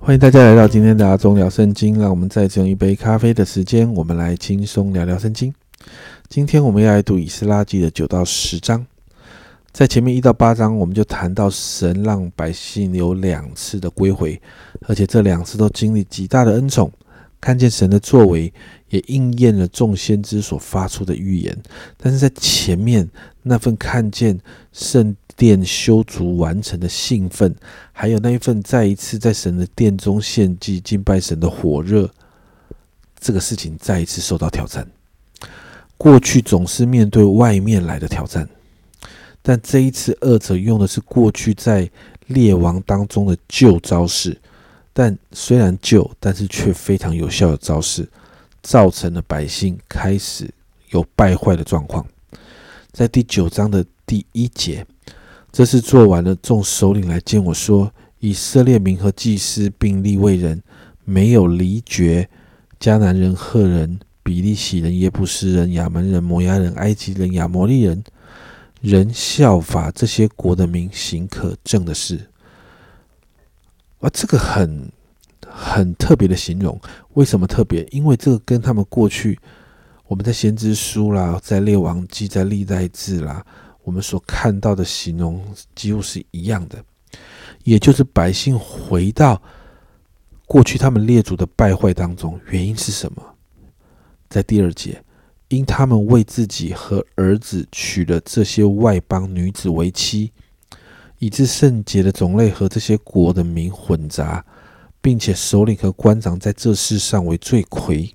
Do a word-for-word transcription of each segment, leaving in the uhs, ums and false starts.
欢迎大家来到今天的阿忠聊圣经，让我们再次用一杯咖啡的时间，我们来轻松聊聊圣经。今天我们要来读以斯拉记的九到十章，在前面一到八章，我们就谈到神让百姓有两次的归回，而且这两次都经历极大的恩宠，看见神的作为，也应验了众先知所发出的预言。但是在前面那份看见圣殿修筑完成的兴奋，还有那一份再一次在神的殿中献祭敬拜神的火热，这个事情再一次受到挑战。过去总是面对外面来的挑战，但这一次二者用的是过去在列王当中的旧招式，但虽然旧，但是却非常有效的招式，造成了百姓开始有败坏的状况。在第九章的第一节，这是做完了，众首领来见我说，以色列民和祭司并利未人没有离绝迦南人、赫人、比利洗人、耶布斯人、亚门人、摩押人、埃及人、亚摩利人，人效法这些国的民行可憎的事。啊，这个很很特别的形容。为什么特别？因为这个跟他们过去我们在先知书啦，在列王记、在历代志啦，我们所看到的形容几乎是一样的，也就是百姓回到过去他们列祖的败坏当中。原因是什么？在第二节，因他们为自己和儿子娶了这些外邦女子为妻，以致圣洁的种类和这些国的民混杂，并且首领和官长在这事上为罪魁。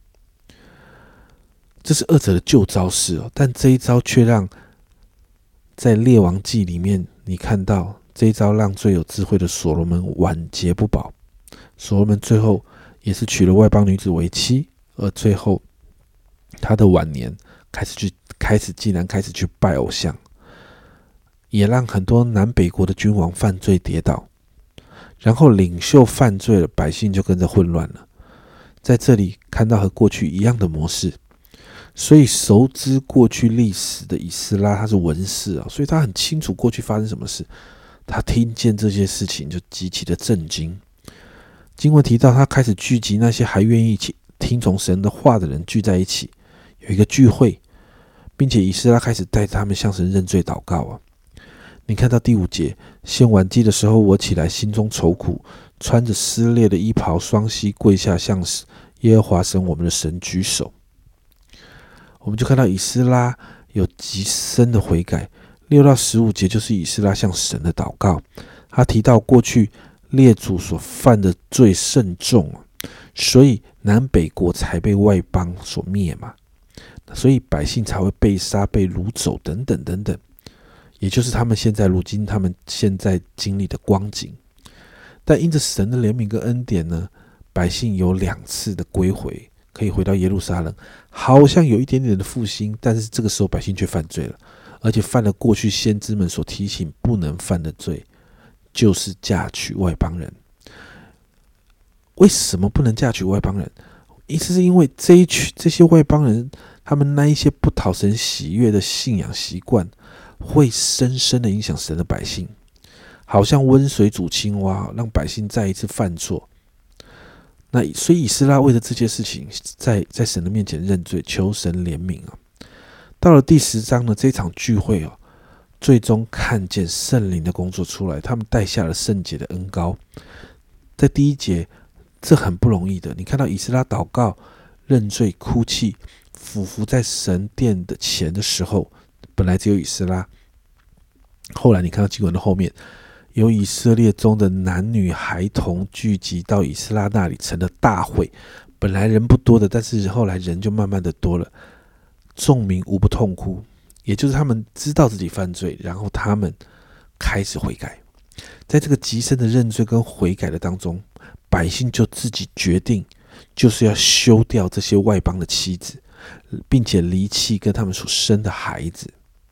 这是二者的旧招式哦，但这一招却让在列王记里面，你看到这一招让最有智慧的所罗门晚节不保。所罗门最后也是娶了外邦女子为妻，而最后他的晚年开始去开始竟然开始去拜偶像，也让很多南北国的君王犯罪跌倒，然后领袖犯罪了，百姓就跟着混乱了。在这里看到和过去一样的模式。所以熟知过去历史的以斯拉，他是文士啊，所以他很清楚过去发生什么事。他听见这些事情就极其的震惊。经文提到，他开始聚集那些还愿意听从神的话的人聚在一起，有一个聚会，并且以斯拉开始带他们向神认罪祷告啊。你看到第五节，献晚祭的时候，我起来心中愁苦，穿着撕裂的衣袍，双膝跪下，向耶和华神我们的神举手。我们就看到以斯拉有极深的悔改。六到十五节就是以斯拉向神的祷告。他提到过去列祖所犯的罪甚重，所以南北国才被外邦所灭嘛，所以百姓才会被杀、被掳走等等等等，也就是他们现在如今他们现在经历的光景。但因着神的怜悯跟恩典呢，百姓有两次的归回，可以回到耶路撒冷，好像有一点点的复兴，但是这个时候百姓却犯罪了，而且犯了过去先知们所提醒不能犯的罪，就是嫁娶外邦人。为什么不能嫁娶外邦人？意思是因为这一群这些外邦人，他们那一些不讨神喜悦的信仰习惯，会深深的影响神的百姓，好像温水煮青蛙，让百姓再一次犯错。那所以以斯拉为了这些事情，在在神的面前认罪，求神怜悯啊。到了第十章呢，这场聚会哦，最终看见圣灵的工作出来，他们带下了圣洁的恩膏。在第一节，这很不容易的。你看到以斯拉祷告、认罪、哭泣、俯伏在神殿的前的时候，本来只有以斯拉，后来你看到经文的后面，有以色列中的男女孩童聚集到以斯拉那里，成了大会。本来人不多的，但是后来人就慢慢的多了。众民无不痛哭，也就是他们知道自己犯罪，然后他们开始悔改。在这个极深的认罪跟悔改的当中，百姓就自己决定，就是要休掉这些外邦的妻子，并且离弃跟他们所生的孩子。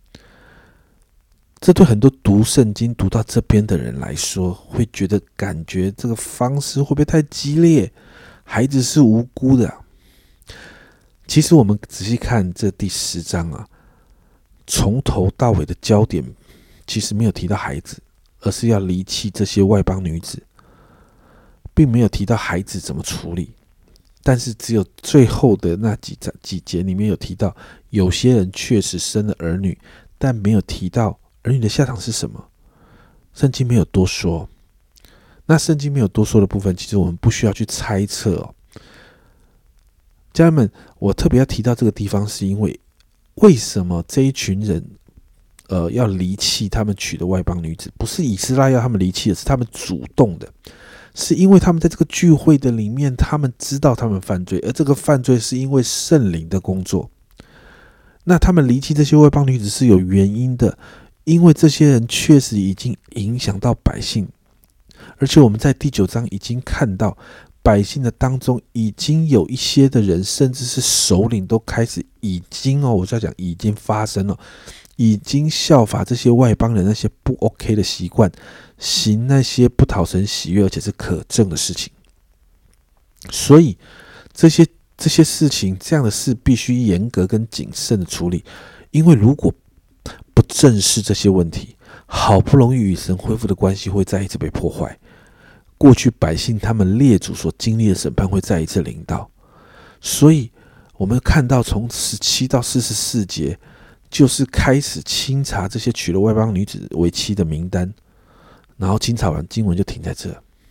这对很多读圣经读到这边的人来说，会觉得感觉这个方式会不会太激烈？孩子是无辜的啊。其实我们仔细看这第十章啊，从头到尾的焦点其实没有提到孩子，而是要离弃这些外邦女子。 并没有提到孩子怎么处理，但是只有最后的那几几节里面有提到，有些人确实生了儿女，但没有提到儿女的下场是什么。圣经没有多说。那圣经没有多说的部分，其实我们不需要去猜测哦。家人们，我特别要提到这个地方，是因为为什么这一群人，呃，要离弃他们娶的外邦女子？不是以斯拉要他们离弃的，是他们主动的，是因为他们在这个聚会的里面，他们知道他们犯罪，而这个犯罪是因为圣灵的工作。那他们离弃这些外邦女子是有原因的，因为这些人确实已经影响到百姓。而且我们在第九章已经看到，百姓的当中已经有一些的人，甚至是首领都开始已经哦，我在讲已经发生了，已经效法这些外邦人那些不 OK 的习惯，行那些不讨神喜悦而且是可憎的事情。所以这些这些事情，这样的事必须严格跟谨慎的处理，因为如果不正视这些问题，好不容易与神恢复的关系会再一次被破坏。过去百姓他们列祖所经历的审判会再一次临到，所以我们看到从十七到四十四节，就是开始清查这些娶了外邦女子为妻的名单，然后清查完经文就停在这。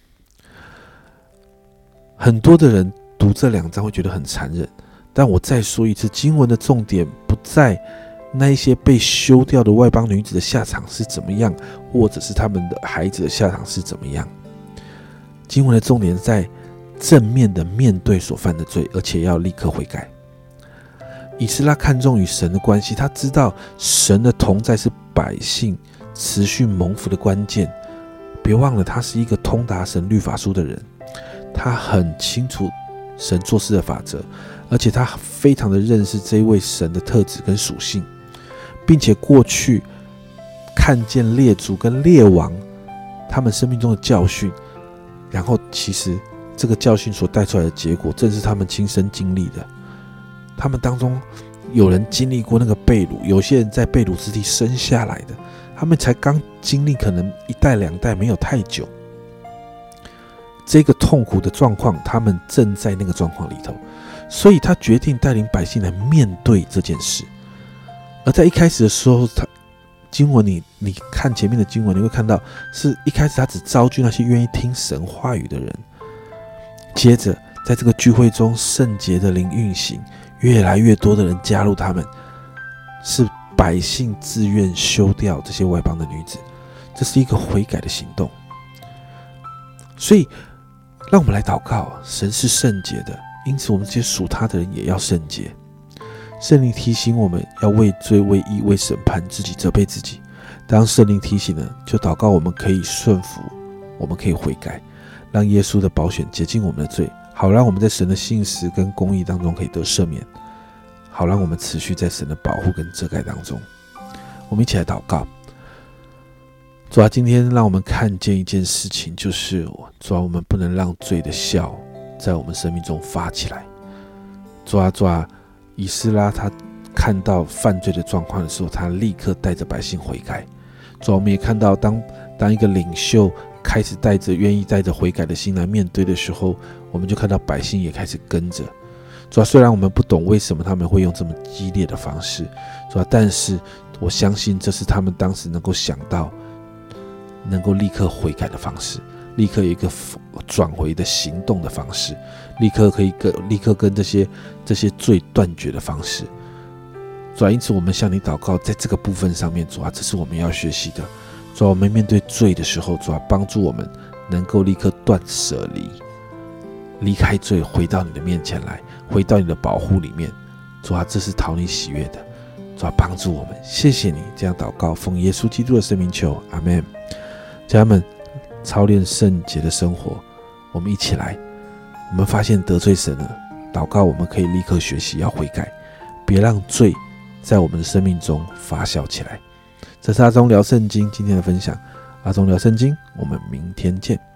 很多的人读这两章会觉得很残忍，但我再说一次，经文的重点不在那一些被休掉的外邦女子的下场是怎么样，或者是他们的孩子的下场是怎么样。经文的重点在正面的面对所犯的罪，而且要立刻悔改。以斯拉看重与神的关系，他知道神的同在是百姓持续蒙福的关键。别忘了，他是一个通达神律法书的人，他很清楚神做事的法则，而且他非常的认识这一位神的特质跟属性，并且过去看见列祖跟列王他们生命中的教训，然后其实这个教训所带出来的结果，正是他们亲身经历的。他们当中有人经历过那个被掳，有些人在被掳之地生下来的，他们才刚经历可能一代两代没有太久，这个痛苦的状况，他们正在那个状况里头，所以他决定带领百姓来面对这件事。而在一开始的时候，他经文你你看前面的经文，你会看到是一开始他只招聚那些愿意听神话语的人，接着在这个聚会中圣洁的灵运行，越来越多的人加入他们，是百姓自愿休掉这些外邦的女子，这是一个悔改的行动。所以让我们来祷告，神是圣洁的，因此我们这些属他的人也要圣洁。圣灵提醒我们要为罪、为义、为审判自己责备自己。当圣灵提醒了，就祷告我们可以顺服，我们可以悔改，让耶稣的宝血洁净我们的罪，好让我们在神的信实跟公义当中可以得赦免，好让我们持续在神的保护跟遮盖当中。我们一起来祷告。主啊，今天让我们看见一件事情，就是主啊，我们不能让罪的笑在我们生命中发起来。主啊，主啊，以斯拉他看到犯罪的状况的时候，他立刻带着百姓悔改。主啊，我们也看到当当一个领袖开始带着愿意带着悔改的心来面对的时候，我们就看到百姓也开始跟着。主啊，虽然我们不懂为什么他们会用这么激烈的方式，主啊，但是我相信这是他们当时能够想到能够立刻悔改的方式，立刻有一个转回的行动的方式，立刻可以跟立刻跟这些这些罪断绝的方式。主啊，因此我们向你祷告，在这个部分上面，主啊，这是我们要学习的。主啊，我们面对罪的时候，主啊，帮助我们能够立刻断舍离，离开罪，回到你的面前来，回到你的保护里面。主啊，这是讨你喜悦的。主啊，帮助我们，谢谢你。这样祷告，奉耶稣基督的圣名求，阿们。家人们，操练圣洁的生活，我们一起来。我们发现得罪神了，祷告我们可以立刻学习要悔改，别让罪在我们的生命中发酵起来。这是阿忠聊圣经今天的分享，阿忠聊圣经，我们明天见。